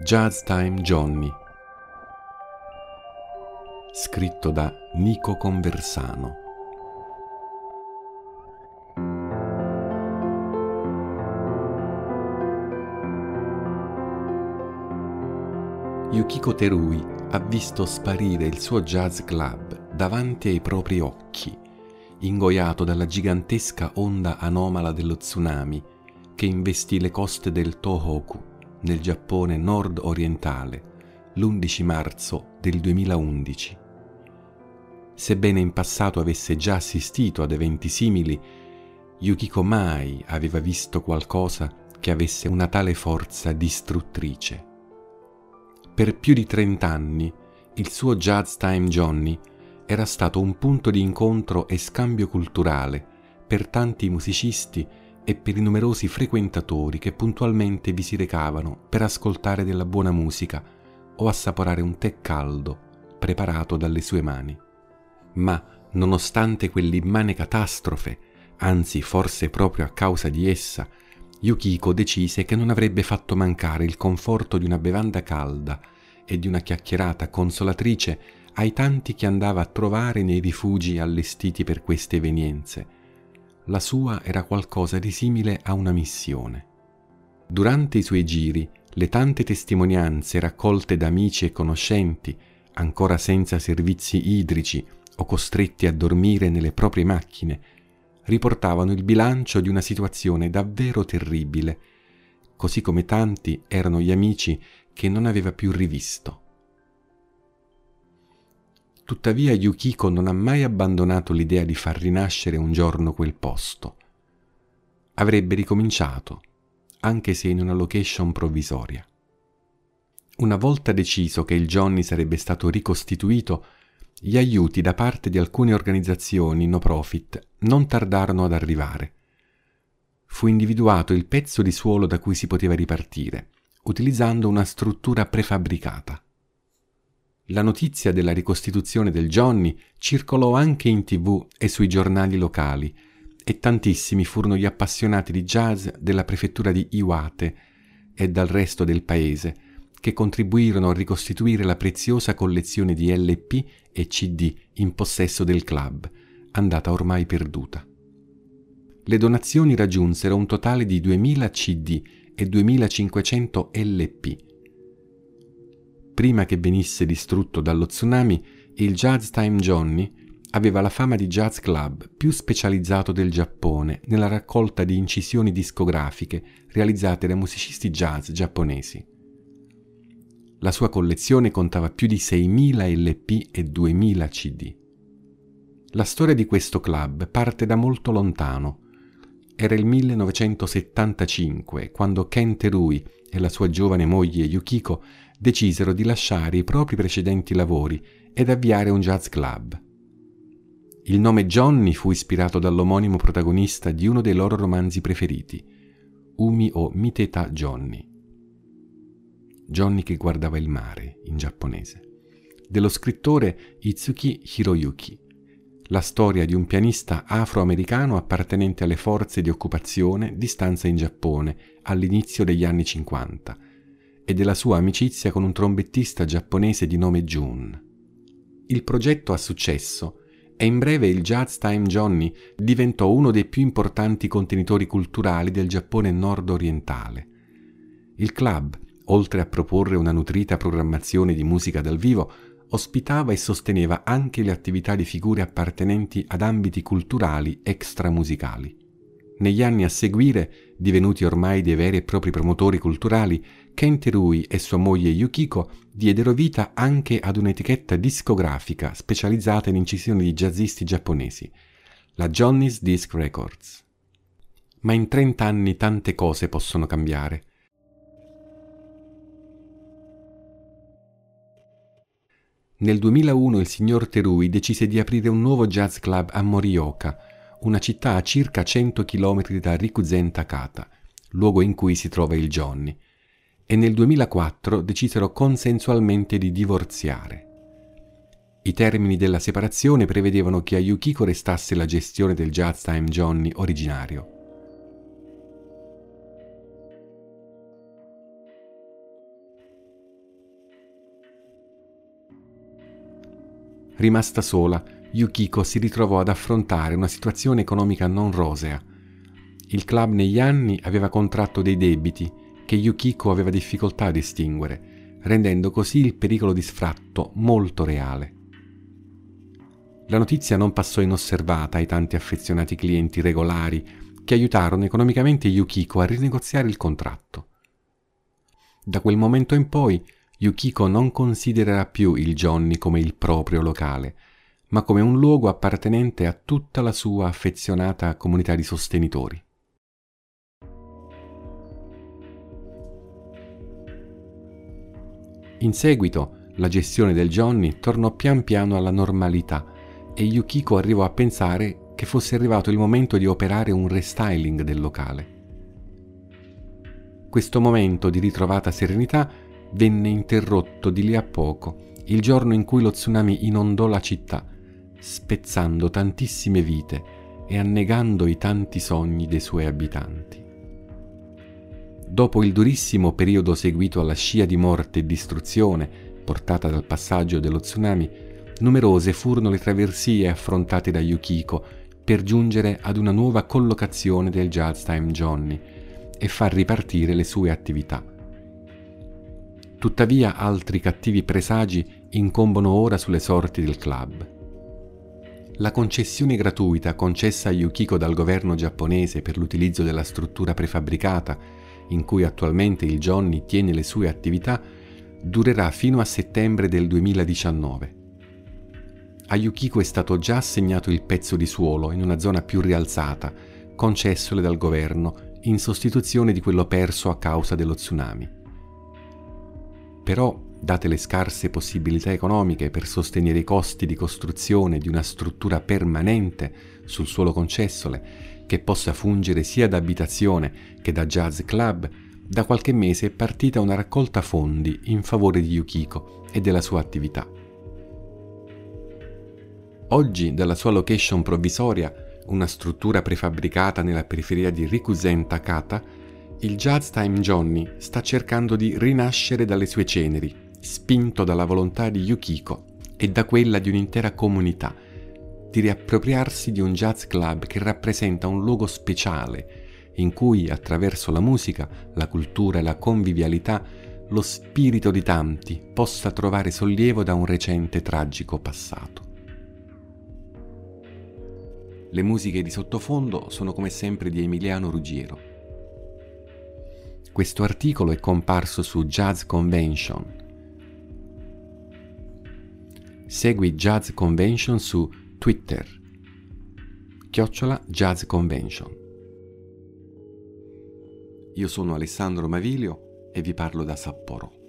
Jazz Time Johnny, scritto da Nico Conversano. Yukiko Terui ha visto sparire il suo jazz club davanti ai propri occhi, ingoiato dalla gigantesca onda anomala dello tsunami che investì le coste del Tohoku nel Giappone nord-orientale l'11 marzo del 2011. Sebbene in passato avesse già assistito ad eventi simili, Yukiko mai aveva visto qualcosa che avesse una tale forza distruttrice. Per più di 30 anni il suo Jazz Time Johnny era stato un punto di incontro e scambio culturale per tanti musicisti e per i numerosi frequentatori che puntualmente vi si recavano per ascoltare della buona musica o assaporare un tè caldo preparato dalle sue mani. Ma, nonostante quell'immane catastrofe, anzi forse proprio a causa di essa, Yukiko decise che non avrebbe fatto mancare il conforto di una bevanda calda e di una chiacchierata consolatrice ai tanti che andava a trovare nei rifugi allestiti per queste evenienze. La sua era qualcosa di simile a una missione. Durante i suoi giri, le tante testimonianze raccolte da amici e conoscenti, ancora senza servizi idrici o costretti a dormire nelle proprie macchine, riportavano il bilancio di una situazione davvero terribile, così come tanti erano gli amici che non aveva più rivisto. Tuttavia Yukiko non ha mai abbandonato l'idea di far rinascere un giorno quel posto. Avrebbe ricominciato, anche se in una location provvisoria. Una volta deciso che il Johnny sarebbe stato ricostituito, gli aiuti da parte di alcune organizzazioni no profit non tardarono ad arrivare. Fu individuato il pezzo di suolo da cui si poteva ripartire, utilizzando una struttura prefabbricata. La notizia della ricostituzione del Johnny circolò anche in TV e sui giornali locali e tantissimi furono gli appassionati di jazz della prefettura di Iwate e dal resto del paese che contribuirono a ricostituire la preziosa collezione di LP e CD in possesso del club, andata ormai perduta. Le donazioni raggiunsero un totale di 2000 CD e 2500 LP. Prima che venisse distrutto dallo tsunami, il Jazz Time Johnny aveva la fama di jazz club più specializzato del Giappone nella raccolta di incisioni discografiche realizzate da musicisti jazz giapponesi. La sua collezione contava più di 6.000 LP e 2.000 CD. La storia di questo club parte da molto lontano. Era il 1975 quando Ken Terui e la sua giovane moglie Yukiko decisero di lasciare i propri precedenti lavori ed avviare un jazz club. Il nome Johnny fu ispirato dall'omonimo protagonista di uno dei loro romanzi preferiti, Umi o Miteta Johnny. Johnny che guardava il mare, in giapponese, dello scrittore Itsuki Hiroyuki, la storia di un pianista afroamericano appartenente alle forze di occupazione di stanza in Giappone all'inizio degli anni 50 e della sua amicizia con un trombettista giapponese di nome Jun. Il progetto ha successo e in breve il Jazz Time Johnny diventò uno dei più importanti contenitori culturali del Giappone nord-orientale. Il club, oltre a proporre una nutrita programmazione di musica dal vivo, ospitava e sosteneva anche le attività di figure appartenenti ad ambiti culturali extramusicali. Negli anni a seguire, divenuti ormai dei veri e propri promotori culturali, Ken Terui e sua moglie Yukiko diedero vita anche ad un'etichetta discografica specializzata in incisioni di jazzisti giapponesi, la Johnny's Disc Records. Ma in 30 anni tante cose possono cambiare. Nel 2001 il signor Terui decise di aprire un nuovo jazz club a Morioka, una città a circa 100 km da Rikuzen Takata, luogo in cui si trova il Johnny, e nel 2004 decisero consensualmente di divorziare. I termini della separazione prevedevano che a Yukiko restasse la gestione del Jazz Time Johnny originario. rimasta sola, Yukiko si ritrovò ad affrontare una situazione economica non rosea. Il club negli anni aveva contratto dei debiti che Yukiko aveva difficoltà a estinguere, rendendo così il pericolo di sfratto molto reale. La notizia non passò inosservata ai tanti affezionati clienti regolari che aiutarono economicamente Yukiko a rinegoziare il contratto. Da quel momento in poi Yukiko non considererà più il Johnny come il proprio locale, ma come un luogo appartenente a tutta la sua affezionata comunità di sostenitori. In seguito, la gestione del Johnny tornò pian piano alla normalità e Yukiko arrivò a pensare che fosse arrivato il momento di operare un restyling del locale. Questo momento di ritrovata serenità venne interrotto di lì a poco, il giorno in cui lo tsunami inondò la città, spezzando tantissime vite e annegando i tanti sogni dei suoi abitanti. Dopo il durissimo periodo seguito alla scia di morte e distruzione portata dal passaggio dello tsunami, numerose furono le traversie affrontate da Yukiko per giungere ad una nuova collocazione del Jazz Time Johnny e far ripartire le sue attività. Tuttavia altri cattivi presagi incombono ora sulle sorti del club. La concessione gratuita concessa a Yukiko dal governo giapponese per l'utilizzo della struttura prefabbricata in cui attualmente il Johnny tiene le sue attività durerà fino a settembre del 2019. A Yukiko è stato già assegnato il pezzo di suolo in una zona più rialzata, concessole dal governo in sostituzione di quello perso a causa dello tsunami. Però, date le scarse possibilità economiche per sostenere i costi di costruzione di una struttura permanente sul suolo concessole, che possa fungere sia da abitazione che da jazz club, da qualche mese è partita una raccolta fondi in favore di Yukiko e della sua attività. Oggi, dalla sua location provvisoria, una struttura prefabbricata nella periferia di Rikuzen Takata, il Jazz Time Johnny sta cercando di rinascere dalle sue ceneri, spinto dalla volontà di Yukiko e da quella di un'intera comunità, di riappropriarsi di un jazz club che rappresenta un luogo speciale in cui, attraverso la musica, la cultura e la convivialità, lo spirito di tanti possa trovare sollievo da un recente tragico passato. Le musiche di sottofondo sono come sempre di Emiliano Ruggiero. Questo articolo è comparso su Jazz Convention. Segui Jazz Convention su Twitter, @Jazz Convention. Io sono Alessandro Mavilio e vi parlo da Sapporo.